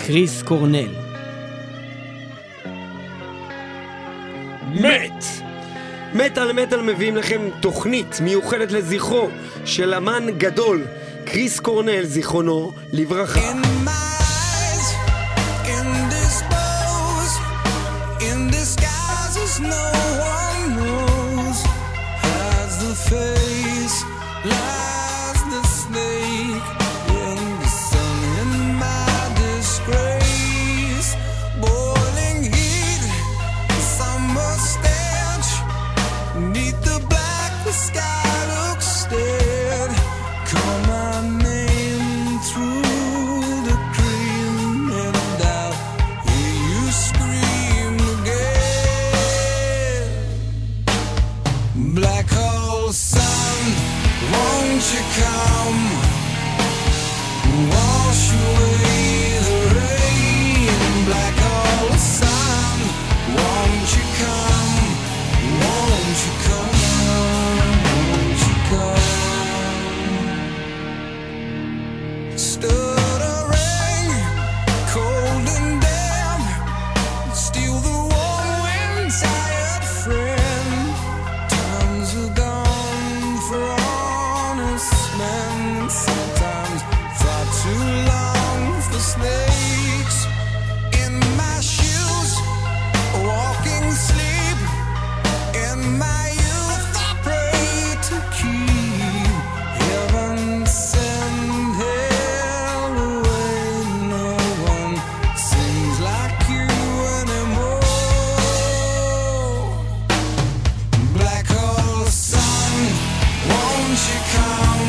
קריס קורנל. מטל מטל מביאים לכם תוכנית מיוחדת לזכרו של אמן גדול, קריס קורנל, זיכרונו לברכה. No one knows, has the face, lies the snake in the sun. In my disgrace, boiling heat, summer stench, neath the black the sky looks dead. Call my name through the cream and I'll hear you scream again. Black hole sun, won't you come, wash away the rain. Black hole sun, won't you come, won't you come, won't you come. Stuttering, cold and damp, steal the warm wind, tired friend. Times are gone for honest men, sometimes far too long for snakes. In my shoes, walking sleep, in my youth I pray to keep heaven send hell away. No one sings like you anymore. Black hole sun, won't you come,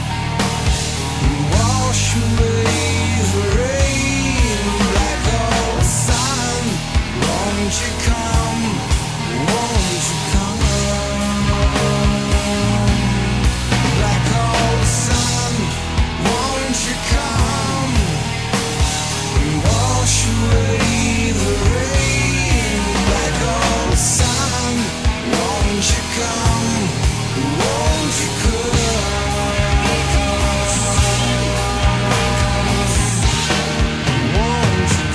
wash away the rain. Black hole sun, won't you come, won't you come. Black hole sun, won't you come, wash away the rain. Black hole sun, won't you come, won't you come, won't you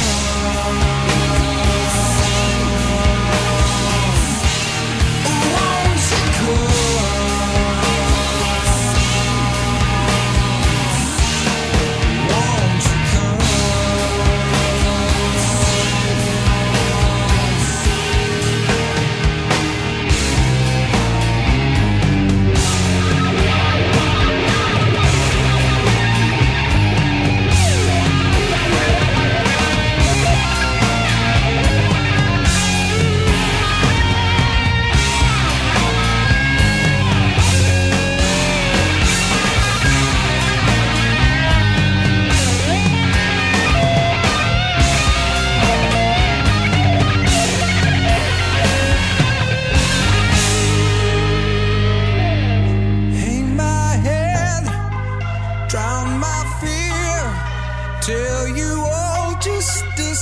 hang my head, drown my fear, till you all just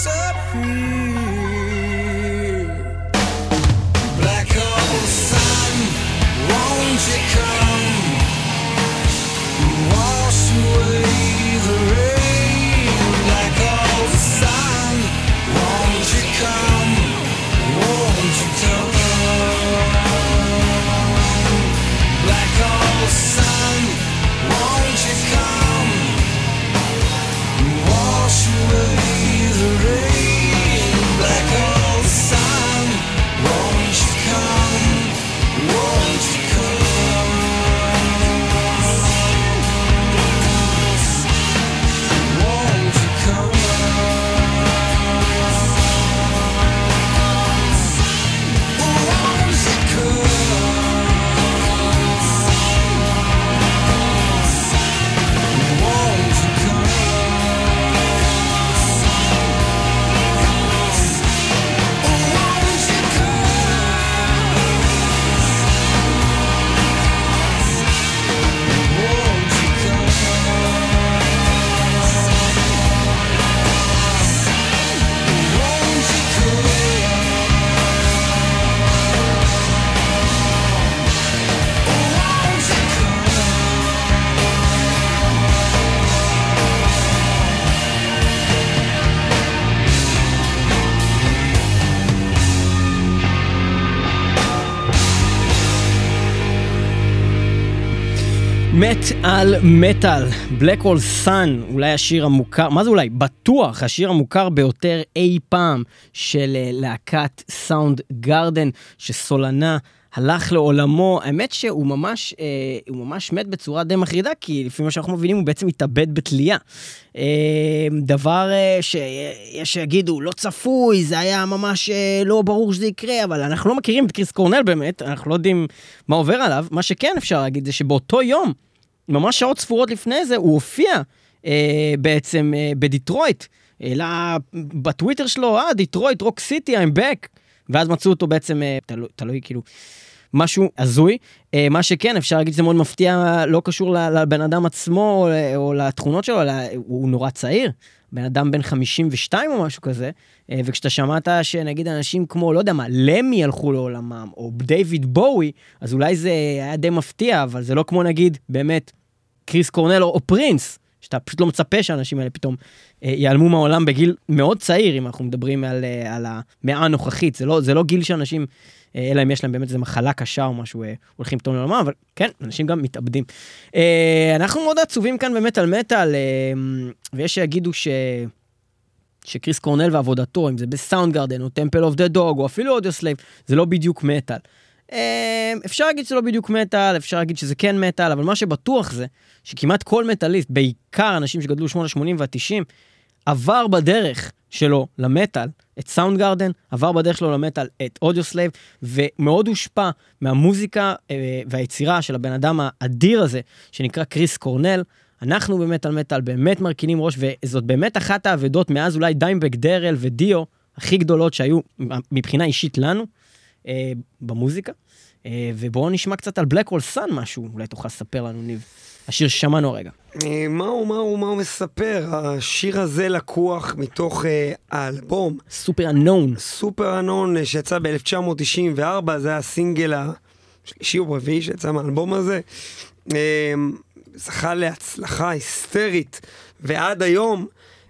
disappear. Black hole sun, won't you come, wash away the rain. Black hole sun, won't you come, won't you come. Black hole sun, won't you come, wash away the rain. מת על מטל, Black Hole Sun, אולי השיר המוכר, מה זה אולי? בטוח, השיר המוכר ביותר אי פעם של להקת סאונד גרדן, שסולנה הלך לעולמו. האמת שהוא ממש מת בצורה די מחרידה, כי לפי מה שאנחנו מבינים הוא בעצם התאבד בתלייה. דבר שיש שיגידו, לא צפוי, זה היה ממש לא ברור שזה יקרה, אבל אנחנו לא מכירים את קריס קורנל באמת, אנחנו לא יודעים מה עובר עליו. מה שכן אפשר להגיד זה שבאותו יום, ממש שעות ספורות לפני זה, הוא הופיע בעצם בדיטרויט, אלא בטוויטר שלו, דיטרויט, רוק סיטי, I'm back, ואז מצאו אותו בעצם, תלוי כאילו, משהו הזוי. מה שכן, אפשר להגיד שזה מאוד מפתיע, לא קשור לבן אדם עצמו, או לתכונות שלו, אלא הוא נורא צעיר, בן אדם בן 52 או משהו כזה, וכשאתה שמעת שנגיד אנשים כמו, לא יודע מה, למי הלכו לעולמם, או דיוויד בואי, אז אולי זה היה די מפתיע, אבל זה לא כמו נגיד, באמת, קריס קורנל או פרינס, שאתה פשוט לא מצפה שהאנשים האלה פתאום ייעלמו מהעולם בגיל מאוד צעיר, אם אנחנו מדברים על המאה הנוכחית. זה לא גיל שאנשים, אלא אם יש להם באמת איזו מחלה קשה או משהו, הולכים פתאום לעולמם, אבל כן, אנשים גם מתאבדים. אנחנו מאוד עצובים כאן באמת על מטל, ויש שיגידו שקריס קורנל ועבודתו, אם זה בסאונד גרדן, או טמפל אוף דה דוג, או אפילו אודיו סלייב, זה לא בדיוק מטל. אפשר להגיד שזה לא בדיוק מטל, אפשר להגיד שזה כן מטל, אבל מה שבטוח זה, שכמעט כל מטליסט, בעיקר אנשים שגדלו 80 וה-90, עבר בדרך שלו למטל, את סאונד גרדן, עבר בדרך שלו למטל את אודיו סלייב, ומאוד הושפע מהמוזיקה והיצירה של הבן אדם האדיר הזה, שנקרא קריס קורנל. אנחנו במטל מטל באמת מרכינים ראש, וזאת באמת אחת העבודות מאז אולי דיימבק דרל ודיו, הכי גדולות שהיו מבחינה אישית לנו, במוזיקה. ובואו נשמע קצת על Black Hole Sun משהו, אולי תוכל לספר לנו ניב, השיר ששמענו הרגע. מה הוא מספר? השיר הזה לקוח מתוך האלבום סופר אנון. סופר אנון שיצא ב-1994, זה הסינגל השלישי או רביעי שיצא מהאלבום הזה. זכה להצלחה היסטרית, ועד היום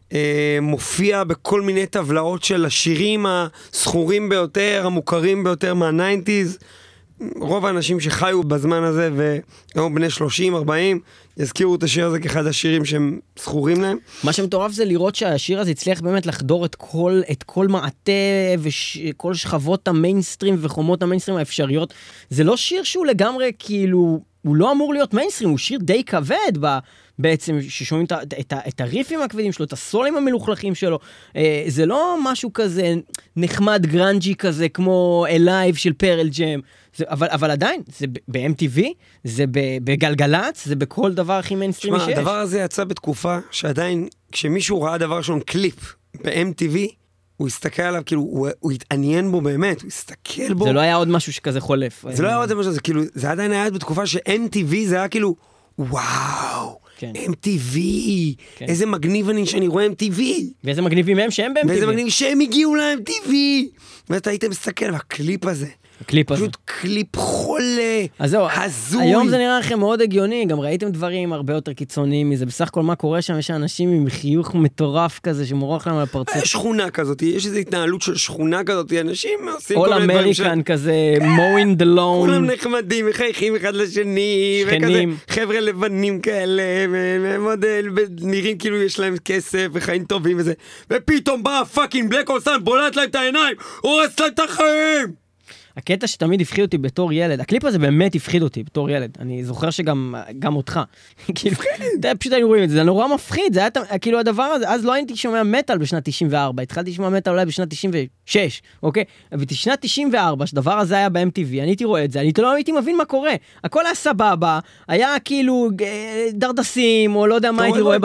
מופיע בכל מיני טבלאות של השירים הסחורים ביותר, המוכרים ביותר מה-90s. רוב האנשים שחיו בזמן הזה והיום בני 30-40 יזכירו את השיר הזה כאחד השירים שהם סחורים להם. מה שמטורף זה לראות שהשיר הזה הצליח באמת לחדור את כל מעטה וכל שכבות המיינסטרים וחומות המיינסטרים האפשריות. זה לא שיר שהוא לגמרי כאילו, הוא לא אמור להיות מיינסטרים, הוא שיר די כבד בעצם, ששומעים את הריפים הכבדים שלו, את הסולים המלוכלכים שלו. זה לא משהו כזה נחמד גרנג'י כזה, כמו אלייב של פרל ג'ם. אבל עדיין, זה ב-MTV, זה בגלגלץ, זה בכל דבר הכי מיינסטרימי שיש. הדבר הזה יצא בתקופה שעדיין, כשמישהו ראה דבר ראשון קליפ ב-MTV, הוא הסתכל עליו, כאילו, הוא התעניין בו באמת, הוא הסתכל בו. זה לא היה עוד משהו שכזה חולף. זה לא היה עוד משהו, זה כאילו, זה עדיין היה בתקופה ש-MTV זה היה כאילו, וואו, MTV, איזה מגניב אני שאני רואה MTV. ואיזה מגניבים הם שהם ב-MTV. ואיזה מגניבים שהם הגיעו ל-MTV. ואתה היית מסתכל, והקליפ הזה. פשוט קליפ חולה, הזוי. היום זה נראה לכם מאוד הגיוני, גם ראיתם דברים הרבה יותר קיצוניים מזה, בסך הכל מה קורה שם, יש אנשים עם חיוך מטורף כזה, שמורח להם על הפרצוף. שכונה כזאת, יש איזו התנהלות של שכונה כזאת, אנשים עושים כל מיני דברים של... All American כזה, mowing the lawn. כולם נחמדים, מחייכים אחד לשני, שכנים. וכזה, חבר'ה לבנים כאלה, מודל, נראים כאילו יש להם כסף, וחיים טובים וזה, ופתאום בא פאקינג בלק הול סאן, בולעת להם את העיניים, הורס להם את החיים. הקטע שתמיד הפחיד אותי בתור ילד, הקליפ הזה באמת הפחיד אותי בתור ילד, אני זוכר שגם אותך, כאילו, פשוט היינו רואים את זה, זה נורא מפחיד, זה היה כאילו הדבר הזה, אז לא הייתי שומע מטל בשנת 94, התחלתי לשמוע מטל אולי בשנת 96, אוקיי? ובשנת 94, שדבר הזה היה ב-MTV, אני הייתי רואה את זה, אני לא הייתי מבין מה קורה, הכל היה סבבה, היה כאילו דרדסים, או לא יודע מה הייתי רואה,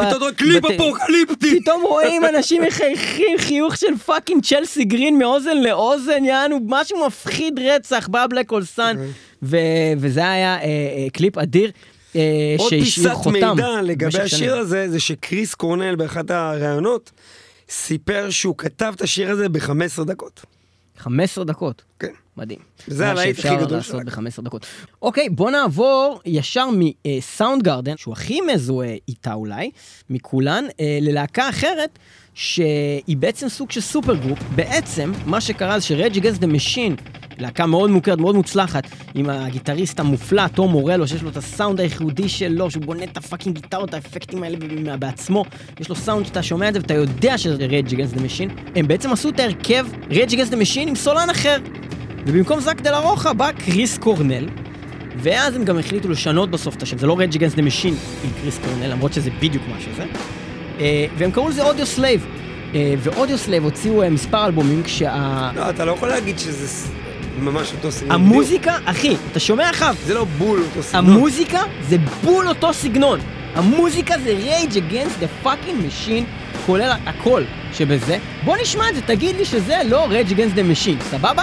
פתאום רואים אנשים מחייכים, חיוך של פאקינג צ'לסי גרין מאוזן לאוזן, יענו משהו מפחיד רצח, בא בלק הול סאן, וזה היה קליפ אדיר, עוד פיסת מידע לגבי השיר הזה, זה שקריס קורנל באחת הראיונות, סיפר שהוא כתב את השיר הזה ב-15 דקות. 15 דקות? כן. מדהים. זה הלהיט הכי גדול לעשות ב-15 דקות. אוקיי, בוא נעבור ישר מסאונד גרדן, שהוא הכי מזוהה איתה אולי, מכולן, ללהקה אחרת, שהיא בעצם סוג של סופר גרופ. בעצם, מה שקרה זה שרג' אגנסט דה משין, להקה מאוד מוכרת, מאוד מוצלחת, עם הגיטריסט המופלא, תום מורלו, שיש לו את הסאונד הייחודי שלו, שהוא בונה את הפאקינג גיטרות, האפקטים האלה בעצמו, יש לו סאונד שאתה שומע את זה ואתה יודע שזה Rage Against the Machine. הם בעצם עשו את ההרכב Rage Against the Machine עם סולן אחר, ובמקום זאק דה לה רוחה בא קריס קורנל, ואז הם גם החליטו לשנות בסוף את השם, זה לא Rage Against the Machine עם קריס קורנל, למרות שזה בדיוק מה שזה, והם קראו לזה אודיו סלייב, ואודיו סלייב הוציאו מספר אלבומים לא, אתה לא יכול להגיד שזה ממש אותו סגנון. המוזיקה, אחי, אתה שומע אחר? זה לא בול אותו סגנון. המוזיקה זה בול אותו סגנון. המוזיקה זה Rage Against the fucking Machine, כולל הכל שבזה. בוא נשמע את זה, תגיד לי שזה לא Rage Against the Machine, סבבה?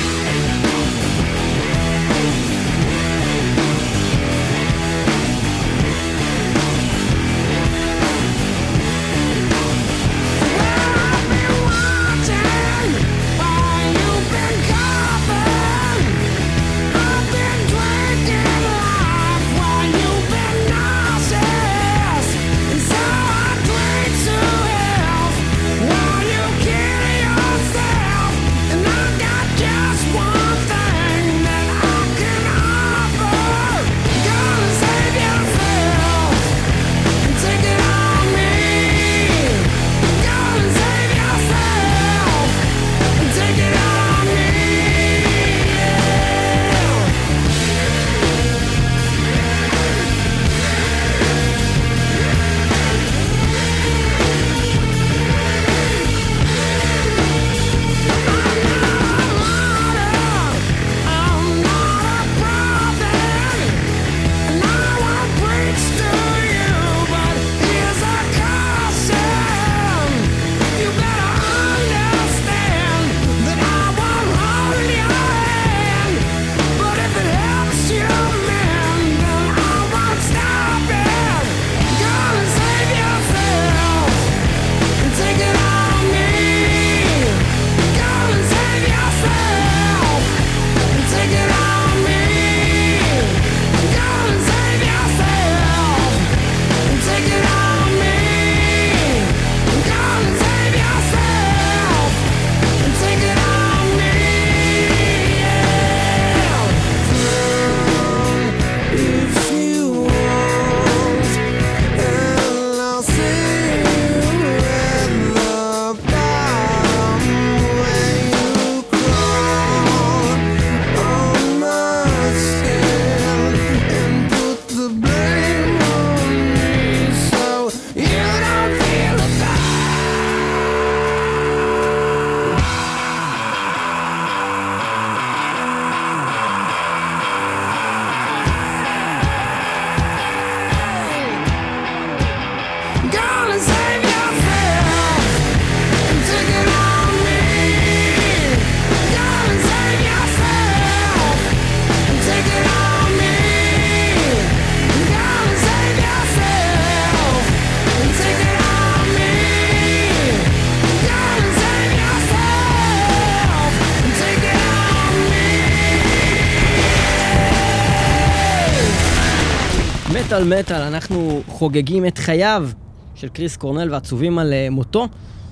מטל, אנחנו חוגגים את חייו של קריס קורנל ועצובים על מותו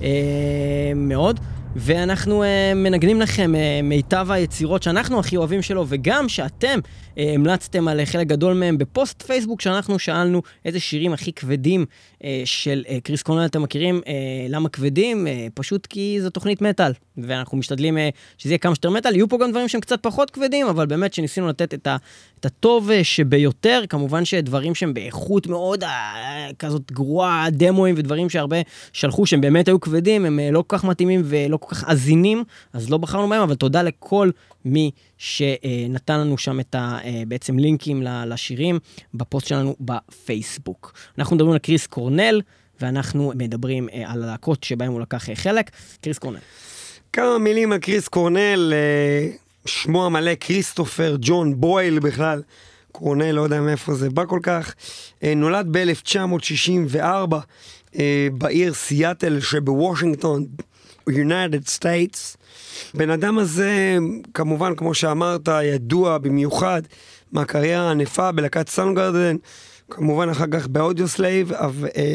מאוד, ואנחנו מנגנים לכם מיטב היצירות שאנחנו הכי אוהבים שלו, וגם שאתם המלצתם על חלק גדול מהם בפוסט פייסבוק, שאנחנו שאלנו איזה שירים הכי כבדים של קריס קורנל אתם מכירים. למה כבדים? פשוט כי זו תוכנית מטל, ואנחנו משתדלים שזה יהיה כמה שיותר מטל. יהיו פה גם דברים שהם קצת פחות כבדים, אבל באמת שניסינו לתת את הטוב שביותר, כמובן שדברים שהם באיכות מאוד כזאת גרועה, דמוים ודברים שהרבה שלחו שהם באמת היו כבדים, הם לא כל כך מתאימים ולא כל כך עזינים, אז לא בחרנו בהם, אבל תודה לכל מי שנתן לנו שם את בעצם לינקים לשירים בפוסט שלנו בפייסבוק. אנחנו מדברים על קריס קורנל, ואנחנו מדברים על הלהקות שבהם הוא לקח חלק. קריס קורנל. כמה מילים על קריס קורנל, שמו המלא כריסטופר ג'ון בויל בכלל, קורנל, לא יודע מאיפה זה בא כל כך, נולד ב-1964 בעיר סיאטל שבוושינגטון, United States. בן אדם הזה, כמובן, כמו שאמרת, ידוע במיוחד מהקריירה הענפה בלהקת סאונדגרדן, כמובן אחר כך באודיו סלייב,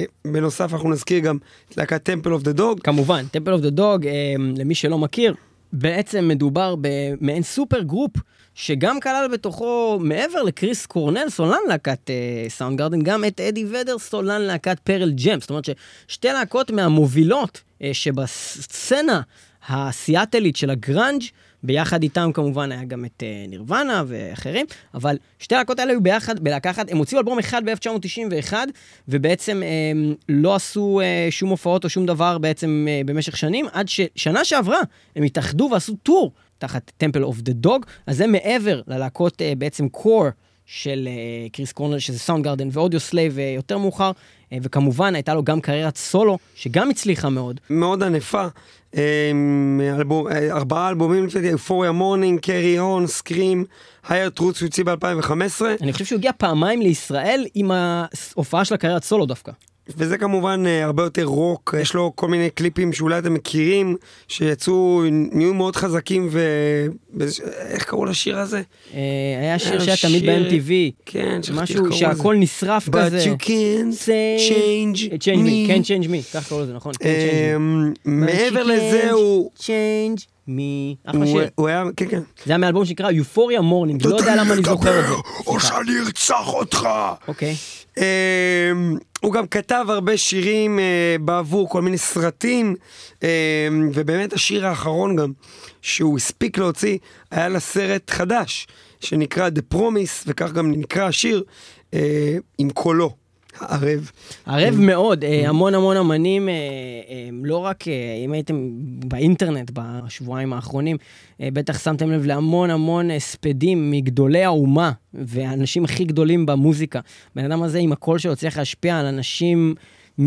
בנוסף אנחנו נזכיר גם את להקת טמפל אוף דה דוג. כמובן, טמפל אוף דה דוג, למי שלא מכיר, בעצם מדובר במעין סופר גרופ, שגם כלל בתוכו, מעבר לקריס קורנל, סולן להקת סאונד גארדן, גם את אדי ודר, סולן להקת פרל ג'ם. זאת אומרת ששתי להקות מהמובילות שבסצנה הסיאטלית של הגרנג', ביחד איתם כמובן היה גם את נירוונה ואחרים, אבל שתי להקות האלה היו ביחד, בלהקה אחת, הם הוציאו אלבום אחד ב-1991, ובעצם לא עשו שום הופעות או שום דבר בעצם במשך שנים, עד ששנה שעברה הם התאחדו ועשו טור תחת Temple of the Dog, אז זה מעבר ללהקות בעצם קור של קריס קורנל, שזה סאונד גארדן ואודיו סלייב יותר מאוחר, וכמובן הייתה לו גם קריירת סולו, שגם הצליחה מאוד. מאוד ענפה. 4 אלבומים, Euphoria Morning, Carry On, Scream, Higher Truth שהוציא ב-2015. אני חושב שהוא הגיע פעמיים לישראל עם ההופעה של הקריירת סולו דווקא. וזה כמובן הרבה יותר רוק, יש לו כל מיני קליפים שאולי אתם מכירים, שיצאו, נהיו מאוד חזקים, איך קראו לשיר הזה? היה שיר שהיה תמיד ב-MTV, כן, משהו שהכל נשרף כזה. But you can't change me. Can't change me, כך קראו לזה, נכון? מעבר לזה הוא... change me. אחלה שיר. הוא היה, כן, כן. זה היה מאלבום שנקרא Euphoria Morning, לא יודע למה אני זוכר את זה. או שאני ארצח אותך. אוקיי. הוא גם כתב הרבה שירים בעבור כל מיני סרטים, ובאמת השיר האחרון גם, שהוא הספיק להוציא, היה לסרט חדש, שנקרא The Promise, וכך גם נקרא השיר, עם קולו, הערב. ערב מאוד, המון אמנים, לא רק אם הייתם באינטרנט בשבועיים האחרונים, בטח שמתם לב להמון ספדים מגדולי האומה, והאנשים הכי גדולים במוזיקה. בן אדם הזה עם הקול שלו צריך להשפיע על אנשים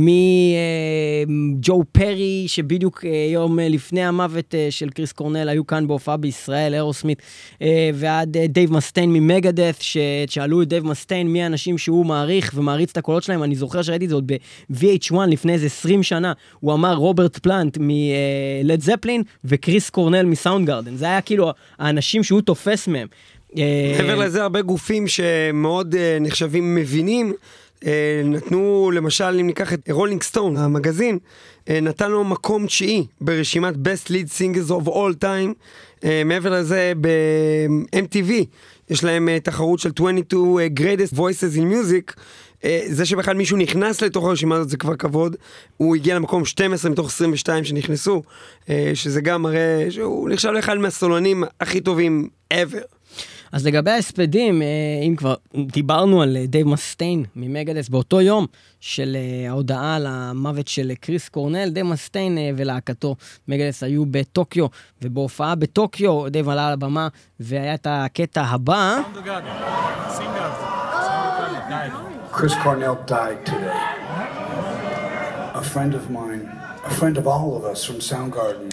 מג'ו פרי, שבדיוק יום לפני המוות של קריס קורנל היו כאן בהופעה בישראל, אירוסמית, ועד דייב מסטיין ממגדף, ששאלו את דייב מסטיין מי האנשים שהוא מעריך ומעריץ את הקולות שלהם. אני זוכר שראיתי את זה עוד ב-VH1 לפני איזה 20 שנה, הוא אמר רוברט פלנט מלד זפלין וקריס קורנל מסאונד גארדן. זה היה כאילו האנשים שהוא תופס מהם. מעבר לזה הרבה גופים שמאוד נחשבים מבינים, נתנו, למשל, אם ניקח את רולינג סטון, המגזין, נתן לו מקום 9 ברשימת Best Lead Singers of All Time. מעבר לזה, ב-MTV יש להם תחרות של 22 Greatest Voices in Music. זה שבכלל מישהו נכנס לתוך הרשימה הזאת זה כבר כבוד. הוא הגיע למקום 12 מתוך 22 שנכנסו, שזה גם מראה שהוא נחשב לאחד מהסולנים הכי טובים ever. אז לגבי ההספדים, אם כבר דיברנו על דייב מסטיין ממגדס, באותו יום של ההודעה על המוות של קריס קורנל, דייב מסטיין ולהקתו מגדס היו בטוקיו, ובהופעה בטוקיו דייב עלה על הבמה, והיה את הקטע הבא. Chris Cornell died today. A friend of mine, a friend of all of us from Soundgarden.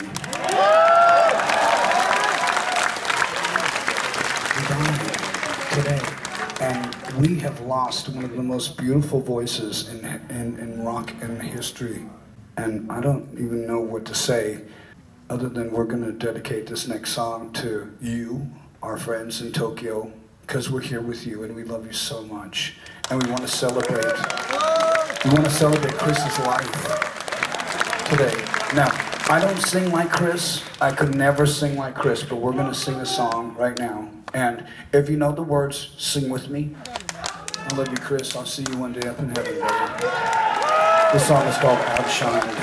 Today, and we have lost one of the most beautiful voices in rock in history, and I don't even know what to say other than we're going to dedicate this next song to you, our friends in Tokyo, because we're here with you and we love you so much, and we want to celebrate Chris's life today. Now, I don't sing like Chris. I could never sing like Chris, but we're going to sing a song right now. And if you know the words, sing with me. I love you, Chris. I'll see you one day up in heaven, baby. This song is called Outshined.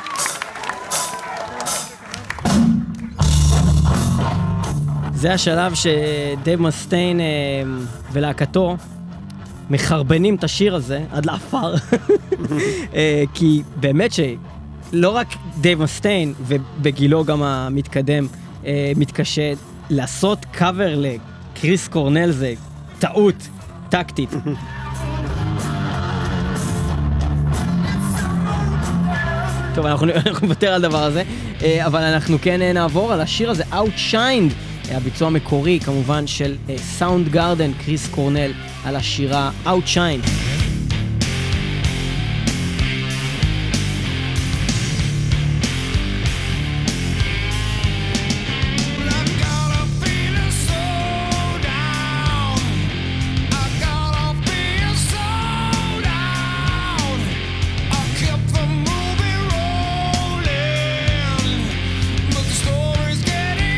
זה השלב שדייב מסטיין ולהקתו מחרבנים את השיר הזה עד לאפר. כי באמת שלא רק דייב מסטיין, ובגילו גם המתקדם, מתקשה לעשות קאבר לקריס קורנל, זה טעות טקטית. טוב, אנחנו נוותר על דבר הזה, אבל אנחנו כן נעבור על השיר הזה, Outshined, הביצוע המקורי כמובן של סאונד גארדן, קריס קורנל, על השירה Outshined. Getting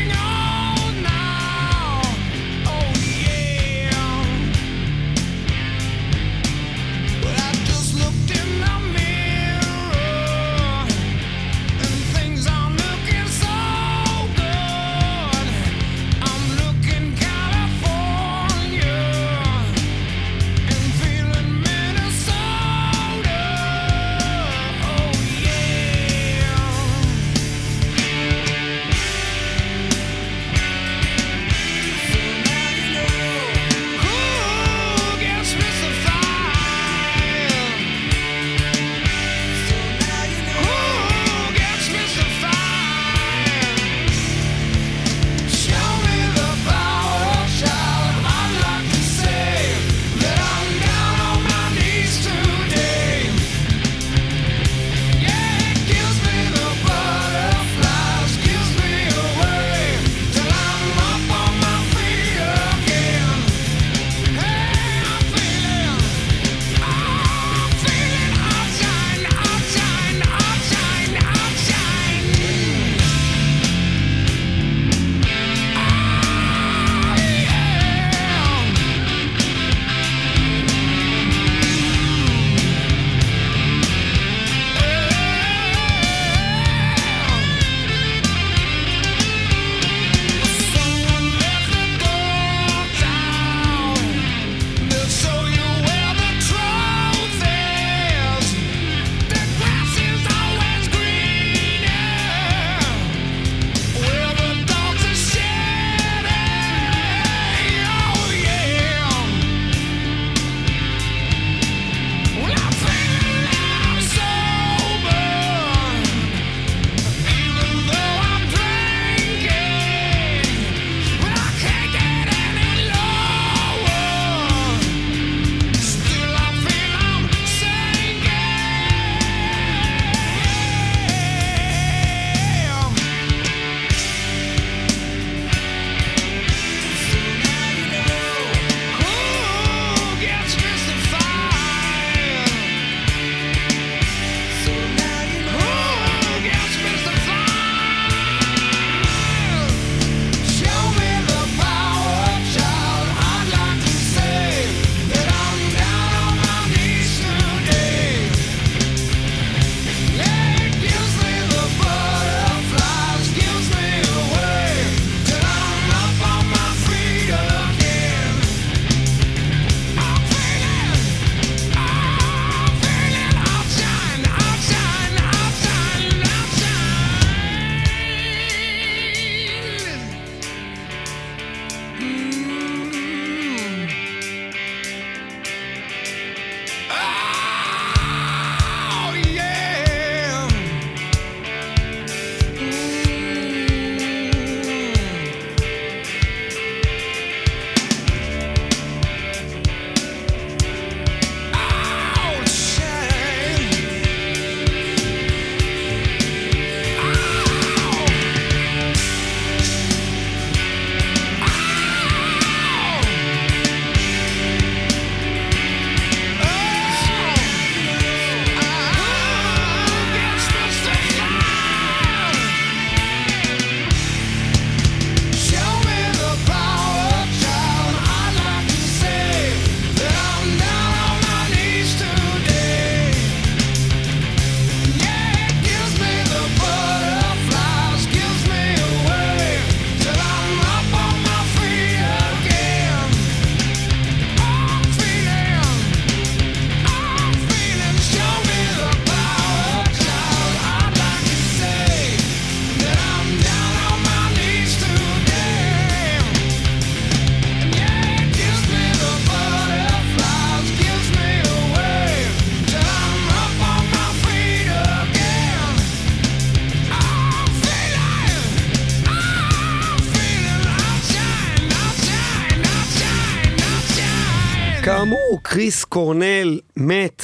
כאמור, קריס קורנל מת,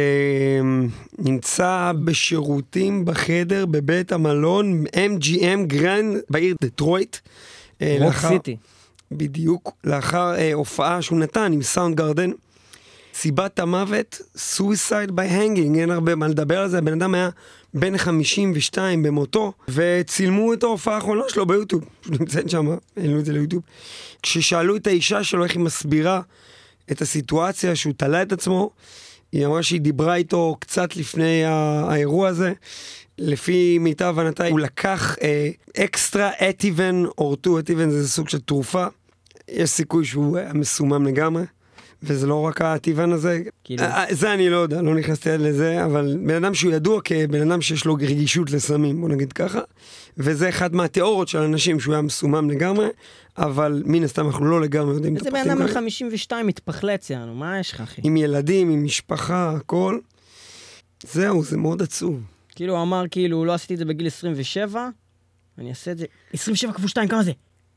נמצא בשירותים בחדר בבית המלון MGM גרנד בעיר דטרויט. רוק סיטי. בדיוק, לאחר הופעה שהוא נתן עם סאונד גרדן. סיבת המוות, suicide by hanging, אין הרבה מה לדבר על זה, הבן אדם היה בן 52 במותו, וצילמו את ההופעה האחרונה שלו ביוטיוב, נמצאת שם, העלו את זה ליוטיוב. כששאלו את האישה שלו איך היא מסבירה את הסיטואציה שהוא תלה את עצמו, היא אמרה שהיא דיברה איתו קצת לפני האירוע הזה, לפי מיטב הבנתה, הוא לקח אקסטרה אטיבן אורטו, אטיבן זה סוג של תרופה, יש סיכוי שהוא היה מסומם לגמרי, וזה לא רק הטיבן הזה, זה אני לא יודע, לא נכנסתי עד לזה, אבל בן אדם שהוא ידוע כבן אדם שיש לו רגישות לסמים, בוא נגיד ככה, וזה אחד מהתיאוריות של אנשים שהוא היה מסומם לגמרי, אבל מן הסתם אנחנו לא לגמרי יודעים את הפרטים כאלה. איזה בן אדם 52 מתפחלץ, יענו, מה יש לך אחי? עם ילדים, עם משפחה, הכל. זהו, זה מאוד עצוב. כאילו הוא אמר, כאילו, לא עשיתי את זה בגיל 27, אני אעשה את זה, 27 כפול 2, כמה זה?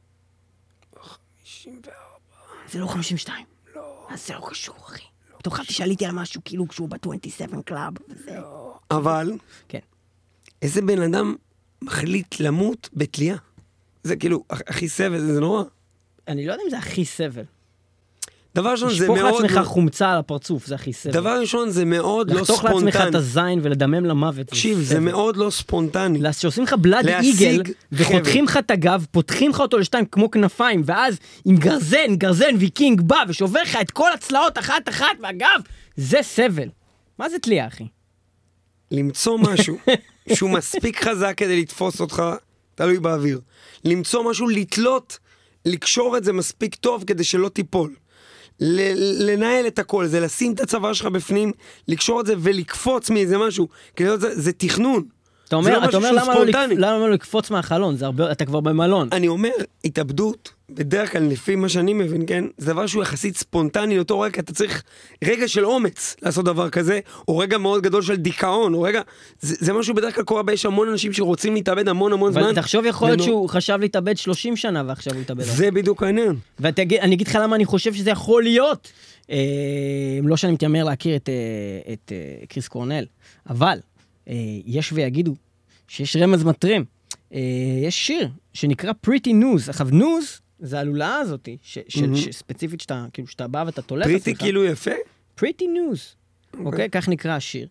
54. זה לא 52. לא. אז זה לא קשור, אחי. פתאום חשבתי שעליתי על משהו כאילו כשהוא ב-27 קלאב, וזה... אבל, כן. איזה בן אדם מחליט למות בתלייה? זה כאילו, הכי סבל, זה נורא. אני לא יודע אם זה הכי סבל. דבר ראשון, זה מאוד... לשפוך לעצמך חומצה על הפרצוף, זה הכי סבל. דבר ראשון, זה מאוד לא ספונטני. לחתוך לעצמך את הזין ולדמם למוות. תקשיב, זה מאוד לא ספונטני. שעושים לך בלד איגל, וחותכים לך את הגב, פותחים לך אותו לשתיים כמו כנפיים, ואז עם גרזן ויקינג בא ושובר לך את כל הצלעות אחת מהגב, זה סבל. מה זה תלייה, אחי? למצוא משהו שהוא מספיק חזק כדי לתפוס אותך, תלוי באוויר. למצוא משהו לתלות, לקשור את זה מספיק טוב כדי שלא תיפול. לנהל את הכל, זה לשים את הצוואר שלך בפנים, לקשור את זה ולקפוץ מאיזה משהו, כי זה תכנון. אתה אומר למה לא לקפוץ מהחלון, אתה כבר במלון. אני אומר, התאבדות, בדרך כלל לפי מה שאני מבין, כן, זה דבר שהוא יחסית ספונטני, לאותו רגע, אתה צריך רגע של אומץ לעשות דבר כזה, או רגע מאוד גדול של דיכאון, או רגע, זה משהו בדרך כלל קורה, יש המון אנשים שרוצים להתאבד המון זמן. אבל תחשוב יכול להיות שהוא חשב להתאבד 30 שנה, ועכשיו הוא יתאבד. זה בדיוק העניין. ואני אגיד לך למה אני חושב שזה יכול להיות, לא שאני מתיימר להכיר את קריס קורנל, אבל יש ויגידו שיש רמז מטרים. יש שיר שנקרא Pretty News. עכשיו, News זה הלולאה הזאת, שספציפית שאתה בא ואתה תולט את עצמך. Pretty כאילו יפה? Pretty News. אוקיי? כך נקרא השיר.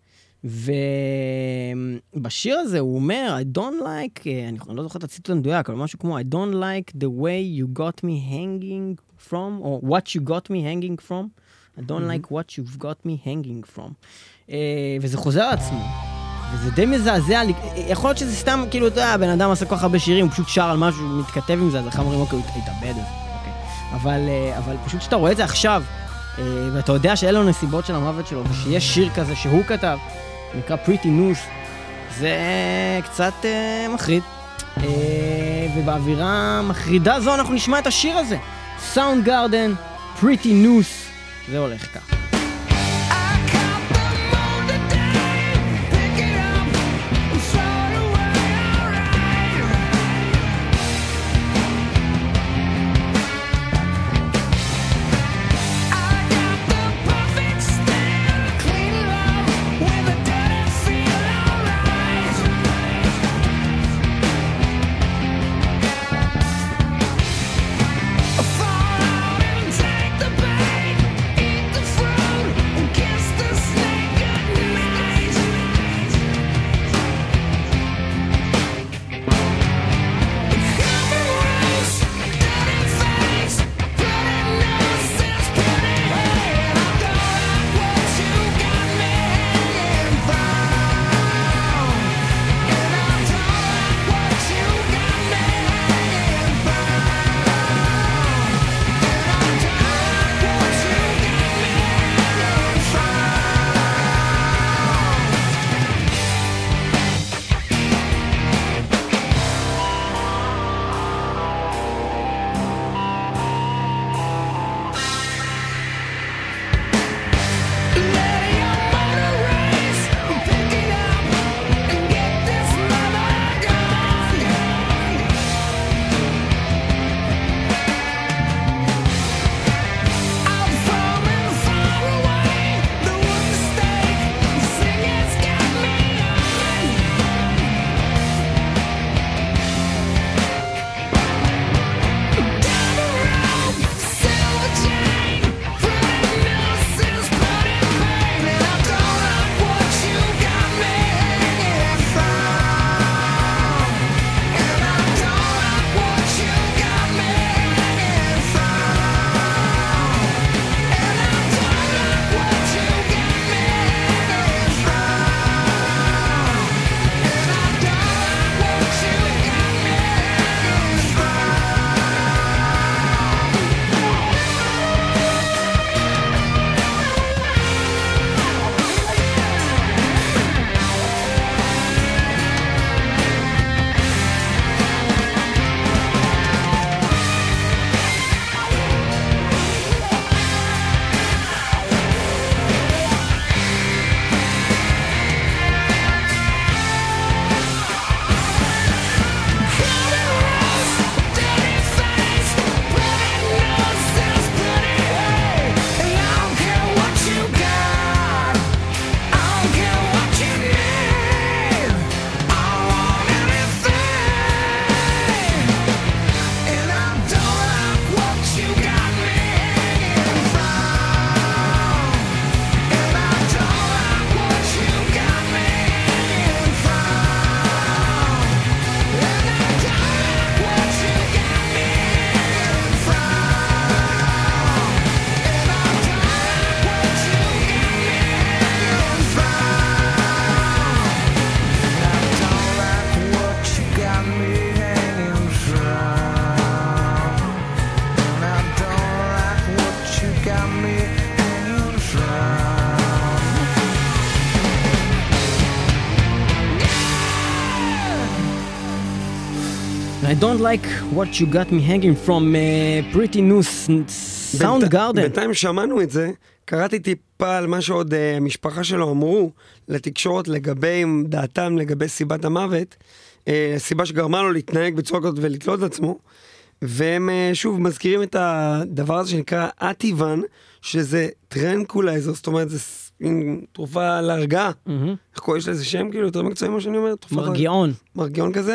ובשיר הזה הוא אומר, I don't like, אני לא זוכר את הציטוט המדויק, אבל משהו כמו, I don't like the way you got me hanging from, or what you got me hanging from. I don't like what you've got me hanging from. וזה חוזר על עצמו. וזה די מזעזע, יכול להיות שזה סתם, כאילו, אתה יודע, הבן אדם עשה כל כך הרבה שירים, הוא פשוט שר על משהו, הוא מתכתב עם זה, אז אחר אומרים, אוקיי, הוא התאבד, אוקיי. אבל פשוט שאתה רואה את זה עכשיו, ואתה יודע שאלה הנסיבות של המוות שלו, ושיש שיר כזה שהוא כתב, נקרא Pretty News, זה קצת מחריד. ובאווירה מחרידה זו אנחנו נשמע את השיר הזה. Soundgarden, Pretty News, זה הולך כך. Fall out and take the bait, eat the fruit. I don't like what you got me hanging from pretty new Soundgarden. בינתיים שמענו את זה, קראתי טיפה על מה שעוד המשפחה שלו אמרו לתקשורת לגבי דעתם, לגבי סיבת המוות, סיבה שגרמה לו להתנהג בצורה כזאת ולתלות את עצמו, והם שוב מזכירים את הדבר הזה שנקרא אטיבן, שזה טרנקולייזר, זאת אומרת זה תרופה להרגעה, איך קוראים לזה שם כאילו, יותר מקצועי מה שאני אומר? מרגיעון. מרגיעון כזה.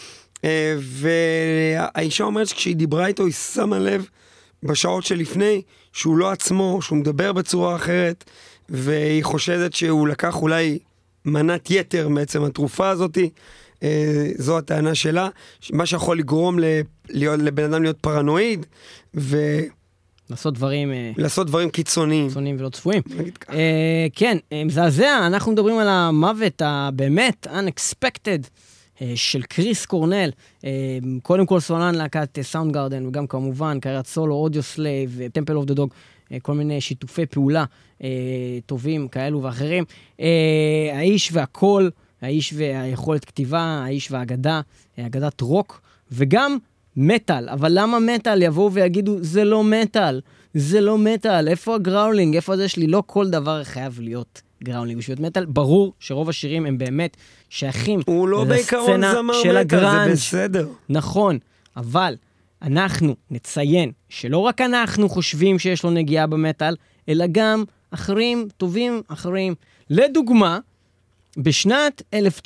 והאישה אומרת שכשהיא דיברה איתו, היא שמה לב בשעות שלפני, שהוא לא עצמו, שהוא מדבר בצורה אחרת, והיא חושדת שהוא לקח אולי מנת יתר בעצם התרופה הזאת, זו הטענה שלה, מה שיכול לגרום לבן אדם להיות פרנואיד, לעשות דברים קיצוניים. קיצוניים ולא צפויים. כן, מזעזע, אנחנו מדברים על המוות הבאמת unexpected של קריס קורנל, קודם כל סולן להקת סאונדגרדן, וגם כמובן קריירת סולו, אודיו סלייב, טמפל אוף דה דוג, כל מיני שיתופי פעולה טובים כאלו ואחרים. האיש והקול, האיש והיכולת כתיבה, האיש והאגדה, אגדת רוק, וגם מטל. אבל למה מטל? יבואו ויגידו, זה לא מטל, זה לא מטל, איפה הגראולינג, איפה זה שלי? לא כל דבר חייב להיות גראולינג בשביל מטל. ברור שרוב השירים הם באמת שייכים הוא לא בעיקרון זמר מטל, זה בסדר. נכון, אבל אנחנו נציין שלא רק אנחנו חושבים שיש לו נגיעה במטל, אלא גם אחרים, טובים אחרים. לדוגמה, בשנת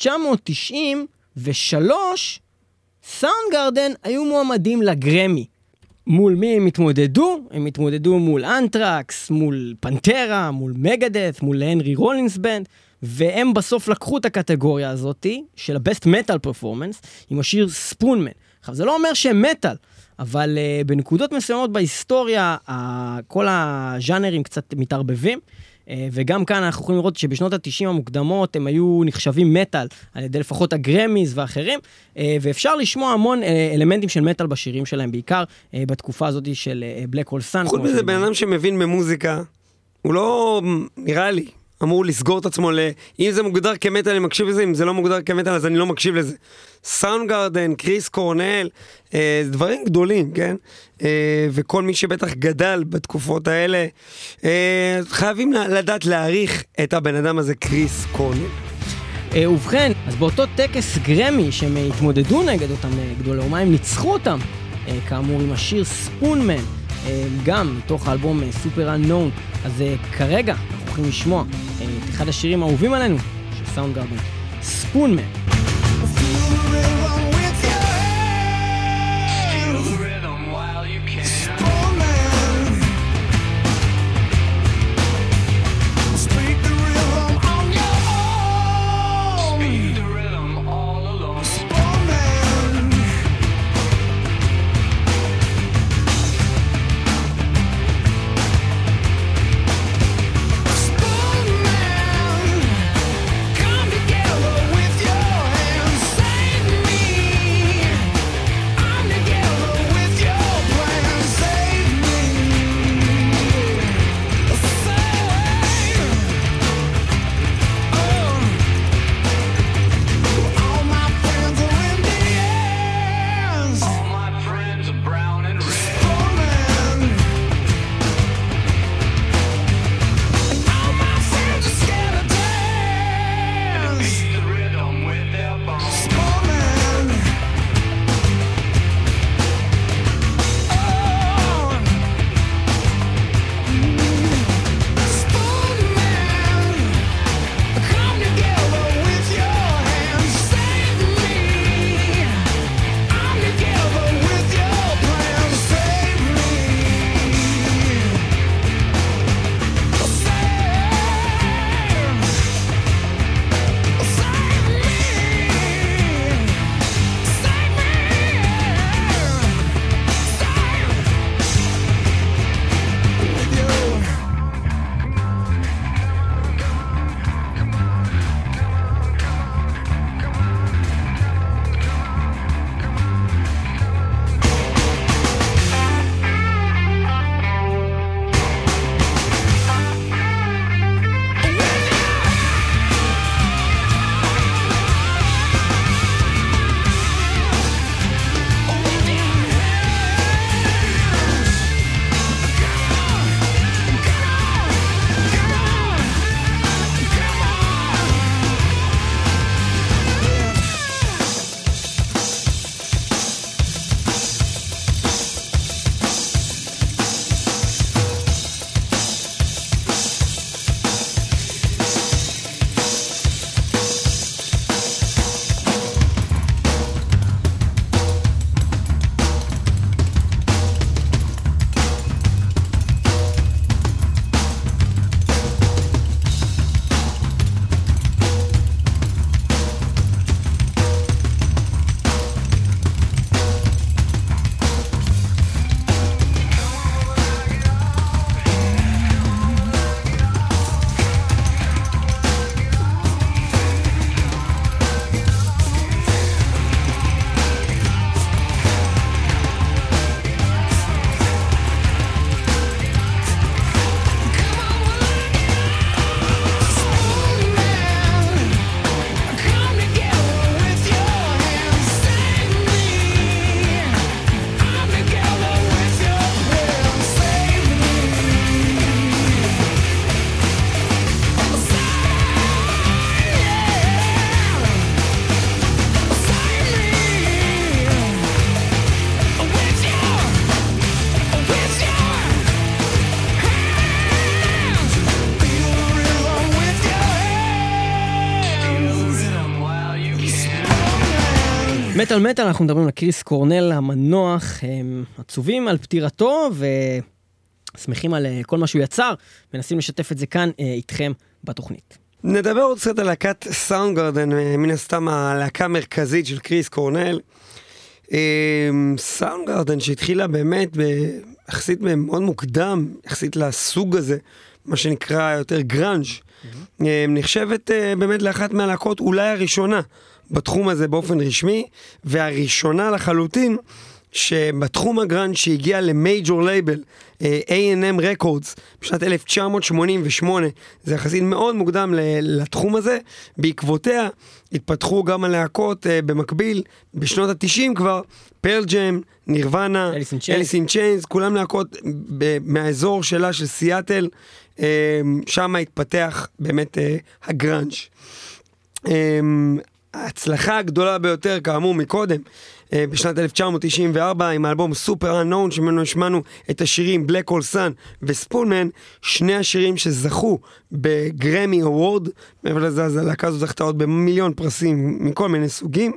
1993, סאונדגרדן היו מועמדים לגרמי. מול מי הם התמודדו? הם התמודדו מול אנטרקס, מול פנטרה, מול מגדeth, מול הנרי רולינס בנד, והם בסוף לקחו את הקטגוריה הזאת של ה-Best Metal Performance עם השיר ספונמן. עכשיו, זה לא אומר שהם מטל, אבל בנקודות מסוימות בהיסטוריה, כל הז'אנרים קצת מתערבבים, וגם כאן אנחנו יכולים לראות שבשנות ה-90 המוקדמות הם היו נחשבים מטל, על ידי לפחות הגרמיז ואחרים, ואפשר לשמוע המון אלמנטים של מטל בשירים שלהם, בעיקר בתקופה הזאת של בלק הול סאן. חוץ מזה, בן אדם שמבין במוזיקה, הוא לא, נראה לי, אמור לסגור את עצמו אם זה מוגדר כמטל אני מקשיב לזה, אם זה לא מוגדר כמטל אז אני לא מקשיב לזה. סאונדגרדן, קריס קורנל, דברים גדולים, כן? וכל מי שבטח גדל בתקופות האלה, חייבים לדעת להעריך את הבן אדם הזה, קריס קורנל. ובכן, אז באותו טקס גרמי שהם התמודדו נגד אותם גדולי אומה, הם ניצחו אותם, כאמור עם השיר ספונמן, גם מתוך האלבום סופר אננון. אז כרגע אנחנו הולכים לשמוע את אחד השירים האהובים עלינו של סאונדגרדן, ספונמן. Come together with your hands, save me. מטל, אנחנו מדברים על קריס קורנל המנוח, עצובים על פטירתו ושמחים על כל מה שהוא יצר, מנסים לשתף את זה כאן איתכם בתוכנית. נדבר עוד קצת על להקת סאונדגרדן, מן הסתם הלהקה המרכזית של קריס קורנל. סאונדגרדן שהתחילה באמת יחסית מאוד מוקדם, יחסית לסוג הזה, מה שנקרא יותר גרנג', נחשבת באמת לאחת מהלהקות אולי הראשונה בתחום הזה באופן רשמי, והראשונה לחלוטין שבתחום הגרנג' שהגיע למייג'ור לייבל, A&M Records, בשנת 1988, זה יחסית מאוד מוקדם לתחום הזה. בעקבותיה התפתחו גם הלהקות במקביל, בשנות ה-90 כבר, פרל ג'ם, נירוונה, אליס אין צ'יינס, כולם להקות מהאזור שלה, של סיאטל, שם התפתח באמת הגרנג'. ההצלחה הגדולה ביותר, כאמור מקודם, בשנת 1994, עם האלבום סופר אנון, שמנו השמענו את השירים Black Hole Sun וספונמן, שני השירים שזכו בגרמי אוורד, מעבר לזה, אז הלהקה הזו זכתה עוד במיליון פרסים מכל מיני סוגים.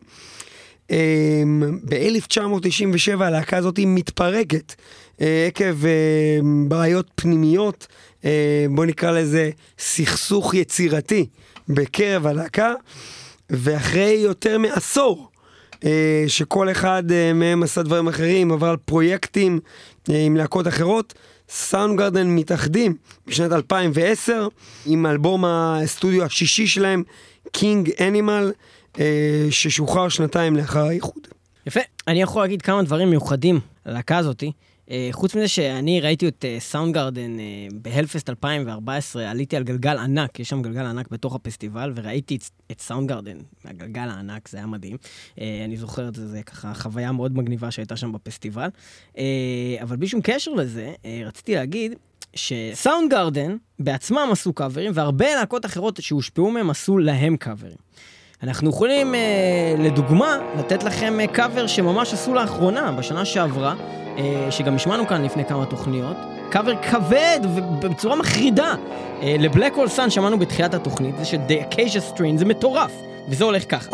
ב-1997 הלהקה הזאת מתפרקת, עקב בעיות פנימיות, בוא נקרא לזה סכסוך יצירתי בקרב הלהקה, ואחרי יותר מעשור, שכל אחד מהם עשה דברים אחרים, עבר על פרויקטים עם להקות אחרות, סאונדגרדן מתאחדים בשנת 2010, עם אלבום הסטודיו השישי שלהם, קינג אנימל, ששוחרר שנתיים לאחר האיחוד. יפה, אני יכול להגיד כמה דברים מיוחדים על הלהקה הזאת. חוץ מזה שאני ראיתי את סאונדגרדן בהלפסט 2014, עליתי על גלגל ענק, יש שם גלגל ענק בתוך הפסטיבל, וראיתי את סאונדגרדן מהגלגל הענק, זה היה מדהים. אני זוכר את זה, זה ככה חוויה מאוד מגניבה שהייתה שם בפסטיבל. אבל בלי שום קשר לזה, רציתי להגיד שסאונדגרדן בעצמם עשו קאברים, והרבה להקות אחרות שהושפעו מהם עשו להם קאברים. אנחנו יכולים, לדוגמה, לתת לכם קאבר שממש עשו לאחרונה, בשנה שעברה, שגם השמענו כאן לפני כמה תוכניות, קאבר כבד ובצורה מחרידה לבלק הול סאן, שמענו בתחילת התוכנית, זה ש-The Acacia Strain, זה מטורף, וזה הולך ככה.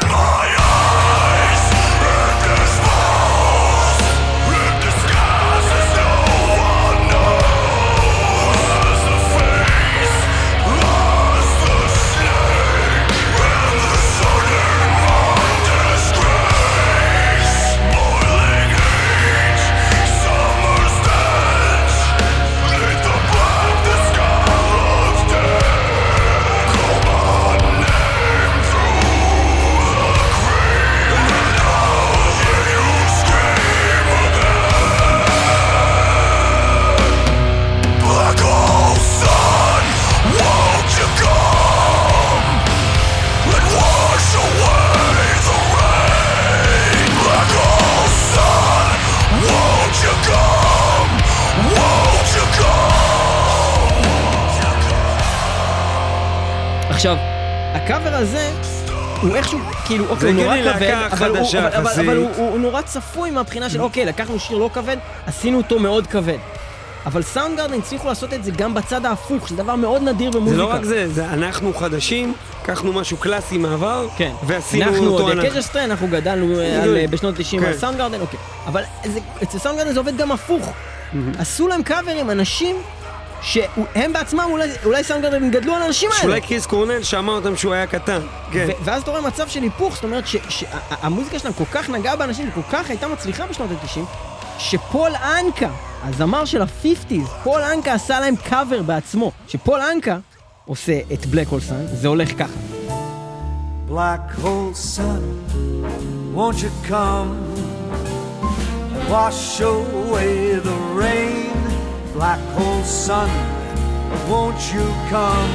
עכשיו, הקאבר הזה הוא איכשהו, כאילו, אוקיי, הוא נורא כבד, אבל הוא נורא צפוי מהבחינה של, אוקיי, לקחנו שיר לא כבד, עשינו אותו מאוד כבד. אבל סאונדגרדן הצליחו לעשות את זה גם בצד ההפוך, שזה דבר מאוד נדיר במוזיקה. זה לא רק זה, זה אנחנו חדשים, לקחנו משהו קלאסי מעבר, כן. ועשינו אנחנו אותו עוד Acacia Strain, אנחנו גדלנו בשנות 90 על סאונדגרדן, אוקיי. אבל אצל סאונדגרדן זה עובד גם הפוך. עשו להם קאברים אנשים שהם בעצמם, אולי סאונדגרדן גדלו על האנשים האלה. שאולי קריס קורנל שמע אותם שהוא היה קטן. ואז אתה רואה מצב של היפוך, זאת אומרת שהמוזיקה שלהם כל כך נגעה באנשים, וכל כך הייתה מצליחה בשנות ה-90, שפול אנקה, הזמר של ה-50s, פול אנקה עשה להם קאבר בעצמו, שפול אנקה עושה את Black Hole Sun, זה הולך ככה. Black hole sun, won't you come and wash away the rain? Black hole sun, won't you come?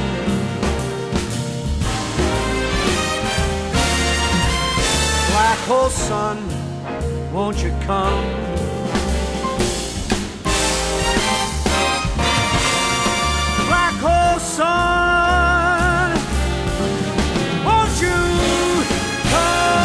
Black hole sun, won't you come? Black hole sun, won't you come?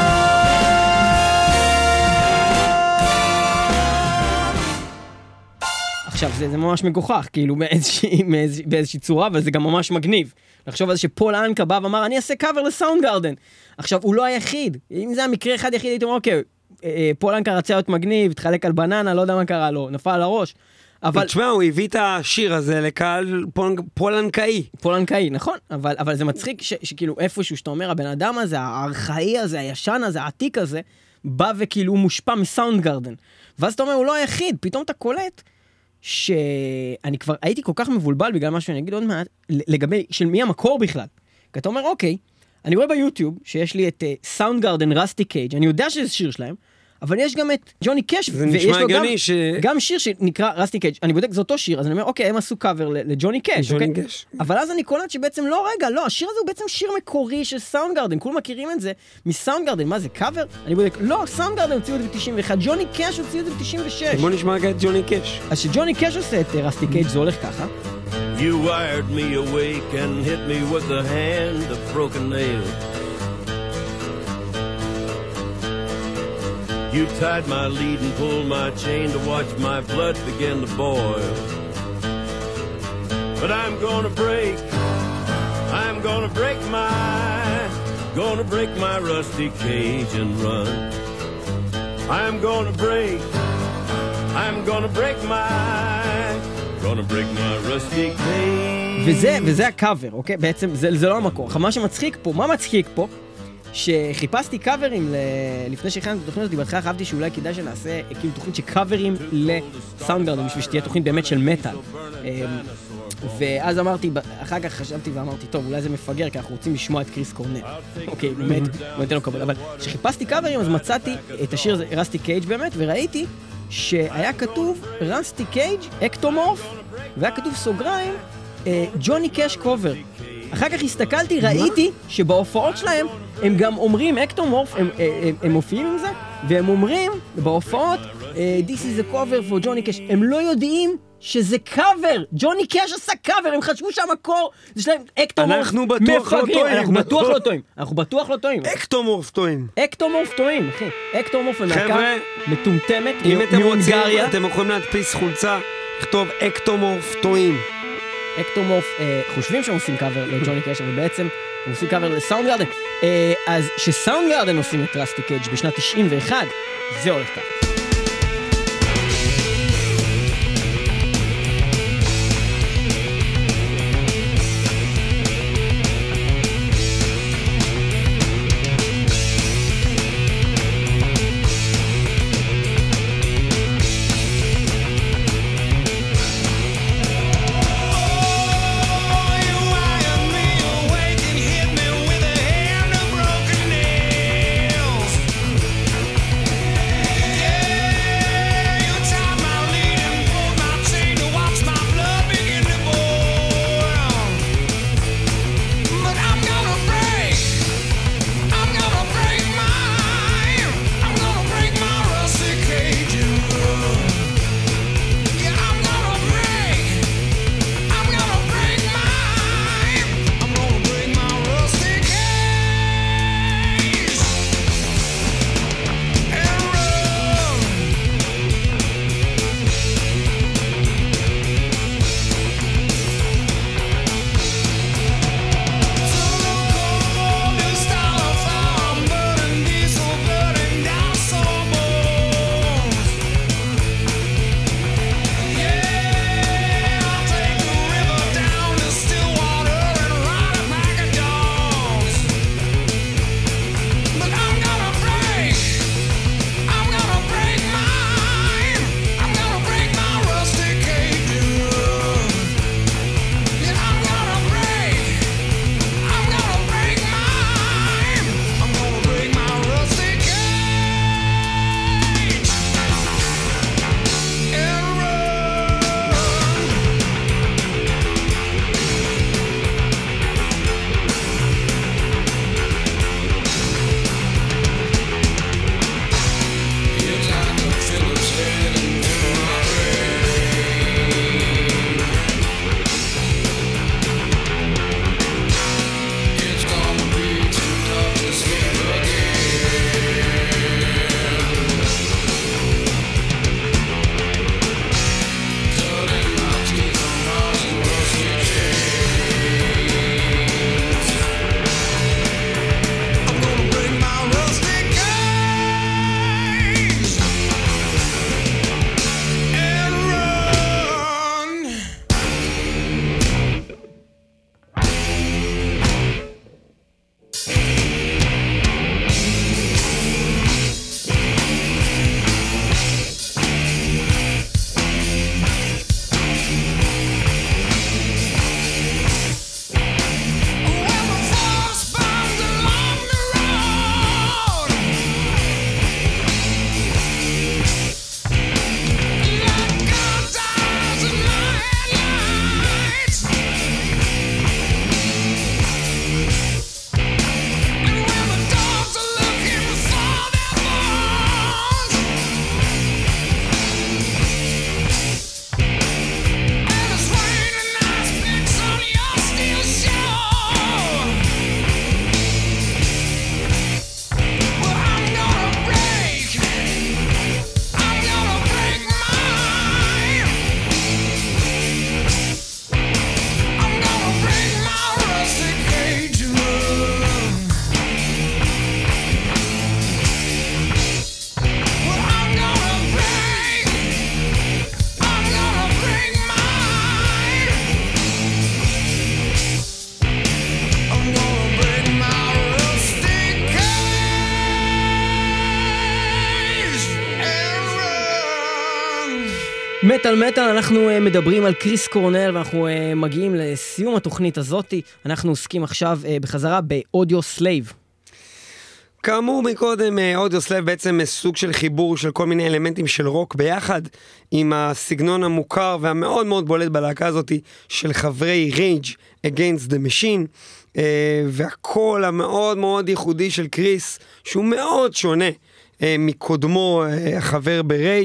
עכשיו, זה ממש מגוחך, כאילו באיזושהי צורה, אבל זה גם ממש מגניב. לחשוב על זה שפול אנקה בא ואמר, אני אעשה קאבר לסאונד גארדן. עכשיו, הוא לא היחיד. אם זה המקרה אחד יחיד, הייתי אומר, אוקיי, פול אנקה רצה להיות מגניב, התחלק על בננה, לא יודע מה קרה לו, נפל על הראש. אבל... תשמע, הוא הביא את השיר הזה לקהל פולנקאי. פולנקאי, נכון, אבל זה מצחיק שכאילו איפשהו שאתה אומר, הבן אדם הזה, הארכאי הזה, הישן הזה, העתיק הזה, בא וכאילו הוא מושפע מסאונד גארדן. ואז אתה אומר, הוא לא היחיד, פתאום אתה קולט שאני כבר הייתי כל כך מבולבל בגלל מה שאני אגיד עוד מעט, לגבי של מי המקור בכלל. כי אתה אומר, אוקיי, אני רואה ביוטיוב שיש לי את סאונד גארדן רסטי קייג', אני יודע שזה שיר שלהם, אבל יש גם את ג'וני קאש, ויש לו גם שיר שנקרא רסטי קייג', אני בודק, זה אותו שיר, אז אני אומר, אוקיי, הם עשו קאבר לג'וני קאש, אוקיי? אבל אז אני קולט שבעצם לא, רגע, לא, השיר הזה הוא בעצם שיר מקורי של סאונד גארדן, כולם מכירים את זה מסאונד גארדן, מה זה, קאבר? אני בודק, לא, סאונד גארדן הוציאו את זה ב-91, ג'וני קאש הוציאו את זה ב-96. בוא נשמע רגע את ג'וני קאש. אז שג'וני קאש עושה את רסטי קייג' זה הולך ככה. You wired me awake and hit me with the hand of broken nail. You tied my lead and pulled my chain to watch my blood begin to boil. But I'm gonna break my rusty cage and run. I'm gonna break my rusty cage. וזה הקאבר, אוקיי? בעצם זה לא המקור. מה שמצחיק פה, מה מצחיק פה? שחיפשתי קאברים לפני שהכנתי את התוכנית הזאת, בהתחלה חשבתי שאולי כדאי שנעשה כאילו תוכנית של קאברים לסאונד גארדן, בשביל שתהיה תוכנית באמת של מטל. ואז אמרתי, אחר כך חשבתי ואמרתי, טוב, אולי זה מפגר, כי אנחנו רוצים לשמוע את קריס קורנל. אוקיי, באמת, לא ניתן לו קבל. אבל כשחיפשתי קאברים, אז מצאתי את השיר הזה, רסטי קייג' באמת, וראיתי שהיה כתוב רסטי קייג' אקטומורף, והיה כתוב סוגריים, ג'וני קאש קובר. אחר כך הסתכלתי, ראיתי שבהופעות שלהם הם גם אומרים אקטומורף, הם מופיעים עם זה, והם אומרים בהופעות, this is a cover for Johnny Cash. הם לא יודעים שזה קאבר, ג'וני קאש עשה קאבר, הם חשבו שהמקור, זה שלהם אקטומורף מפגרים. אנחנו בטוח לא טועים. אקטומורף טועים. אקטומורף טועים, אחי. אקטומורף ומעקה מטומטמת אם אתם רוצים, מהונגריה. אתם יכולים להדפיס חולצה, לכתוב אקטומורף טועים. אקטומורף חושבים שהם עושים קאבר לג'וני קאש, אבל בעצם הם עושים קאבר לסאונד גארדן. אז שסאונד גארדן עושים את רסטי קייג' בשנת 91, זה הולך ככה. Yeah. מטל מטל, אנחנו מדברים על קריס קורנל ואנחנו מגיעים לסיום התוכנית הזאת. אנחנו עוסקים עכשיו בחזרה באודיו סלייב. כאמור מקודם, אודיו סלייב בעצם סוג של חיבור של כל מיני אלמנטים של רוק ביחד עם הסגנון המוכר והמאוד מאוד בולט בלהקה הזאת של חברי Rage Against the Machine, והקול המאוד מאוד ייחודי של קריס, שהוא מאוד שונה מקודמו החבר ברייג',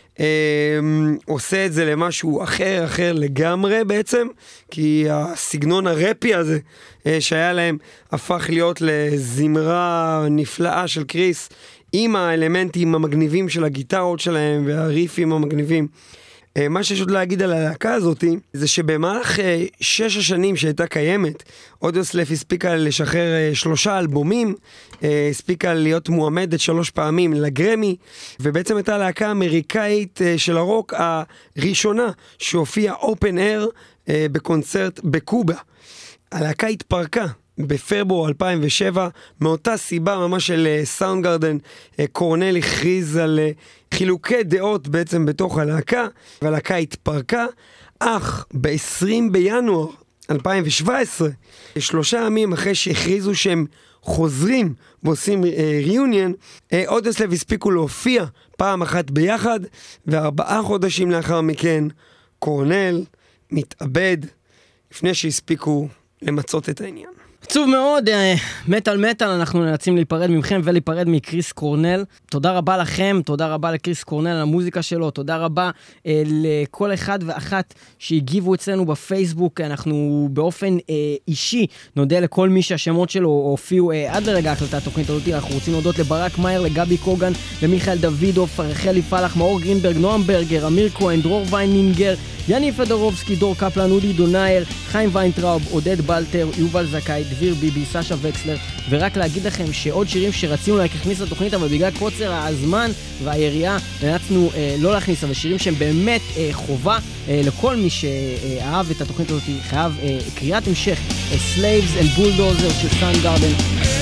עושה את זה למשהו אחר לגמרי בעצם, כי הסגנון הרפי הזה שהיה להם הפך להיות לזמרה נפלאה של קריס, עם האלמנטים המגניבים של הגיטרות שלהם והריפים המגניבים. מה שיש עוד להגיד על הלהקה הזאת, זה שבמהלך 6 השנים שהייתה קיימת, אודיוסלייב הספיקה לשחרר 3 אלבומים, הספיקה להיות מועמדת 3 פעמים לגרמי, ובעצם הייתה הלהקה האמריקאית של הרוק הראשונה שהופיעה אופן אייר בקונצרט בקובה. הלהקה התפרקה בפברואר 2007, מאותה סיבה ממש של סאונד גרדן. קורנל הכריז על חילוקי דעות בעצם בתוך הלהקה, והלהקה התפרקה, אך ב-20 בינואר 2017, 3 ימים אחרי שהכריזו שהם חוזרים ועושים ריוניון, אודיוסלייב הספיקו להופיע פעם אחת ביחד, ו4 חודשים לאחר מכן קורנל מתאבד לפני שהספיקו למצות את העניין. עצוב מאוד, מטל מטל, אנחנו נאלצים להיפרד מכם ולהיפרד מקריס קורנל. תודה רבה לכם, תודה רבה לקריס קורנל על המוזיקה שלו, תודה רבה לכל אחד ואחת שהגיבו אצלנו בפייסבוק. אנחנו באופן אישי נודה לכל מי שהשמות שלו הופיעו עד לרגע הקלטת התוכנית הזאת. אנחנו רוצים להודות לברק מאיר, לגבי קוגן, למיכאל דוידוב, רחלי פלח, מאור גרינברג, נועם ברגר, אמיר כהן, דרור ויינינגר, יני פדורובסקי, דור קפלן, אודי דונייר, חיים ויינטראוב, עודד בלטר, יובל זכאי, דביר ביבי, סשה וקסלר. ורק להגיד לכם שעוד שירים שרצינו להכניס לתוכנית, אבל בגלל קוצר הזמן והיריעה נאלצנו לא להכניס, אבל שירים שהם באמת חובה לכל מי שאהב את התוכנית הזאת, חייב קריאת המשך, Slaves and Bulldozers של סאונד גרדן.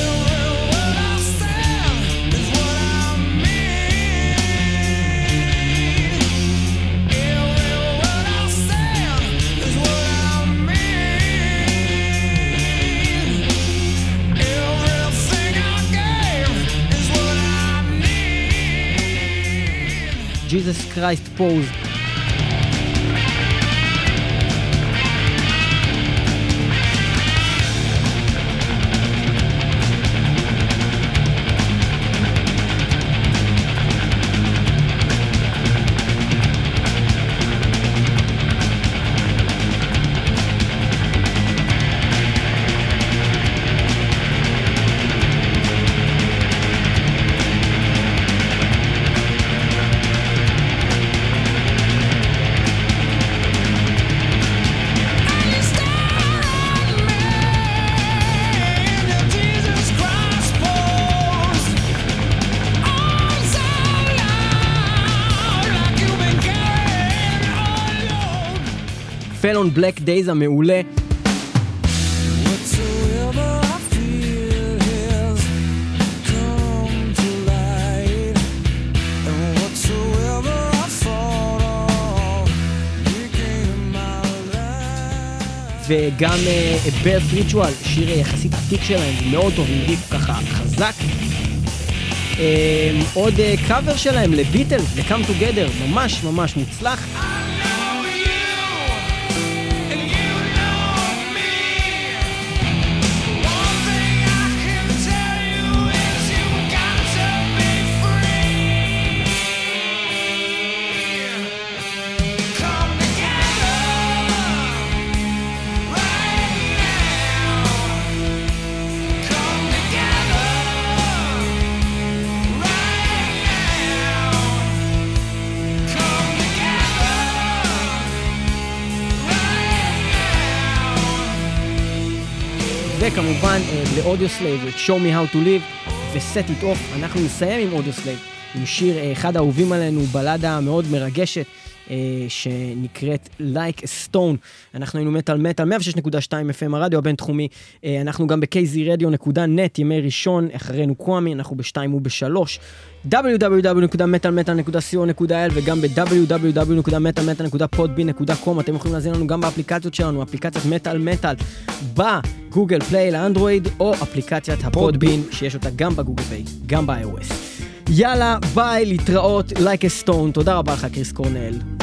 Jesus Christ Pose. פלון בלק דייז המעולה. וגם ברט ריטואל, שיר יחסית עתיק שלהם, מאוד טוב, עם ריף ככה חזק. עוד קאבר שלהם לביטלס, ל-Come Together, ממש ממש מוצלח. וכמובן לאודיוסלייב, Show Me How to Live ו-Set It Off. אנחנו נסיים עם אודיוסלייב, עם שיר אחד האהובים עלינו, בלדה מאוד מרגשת, שנקראת Like a Stone. אנחנו היינו מטל, 106.2 FM, הרדיו הבינתחומי. אנחנו גם ב-kzradio.net, ימי ראשון, אחרינו קוואמי, אנחנו ב-2 וב-3. www.metalmetal.co.il וגם ב-www.metalmetal.podbean.com. אתם יכולים להזין לנו גם באפליקציות שלנו, אפליקציית מטל בגוגל פליי לאנדרואיד, או אפליקציית הפודבין, שיש אותה גם בגוגל פליי, גם ב-iOS. יאללה, ביי, להתראות, Like a Stone. תודה רבה לך, קריס קורנל.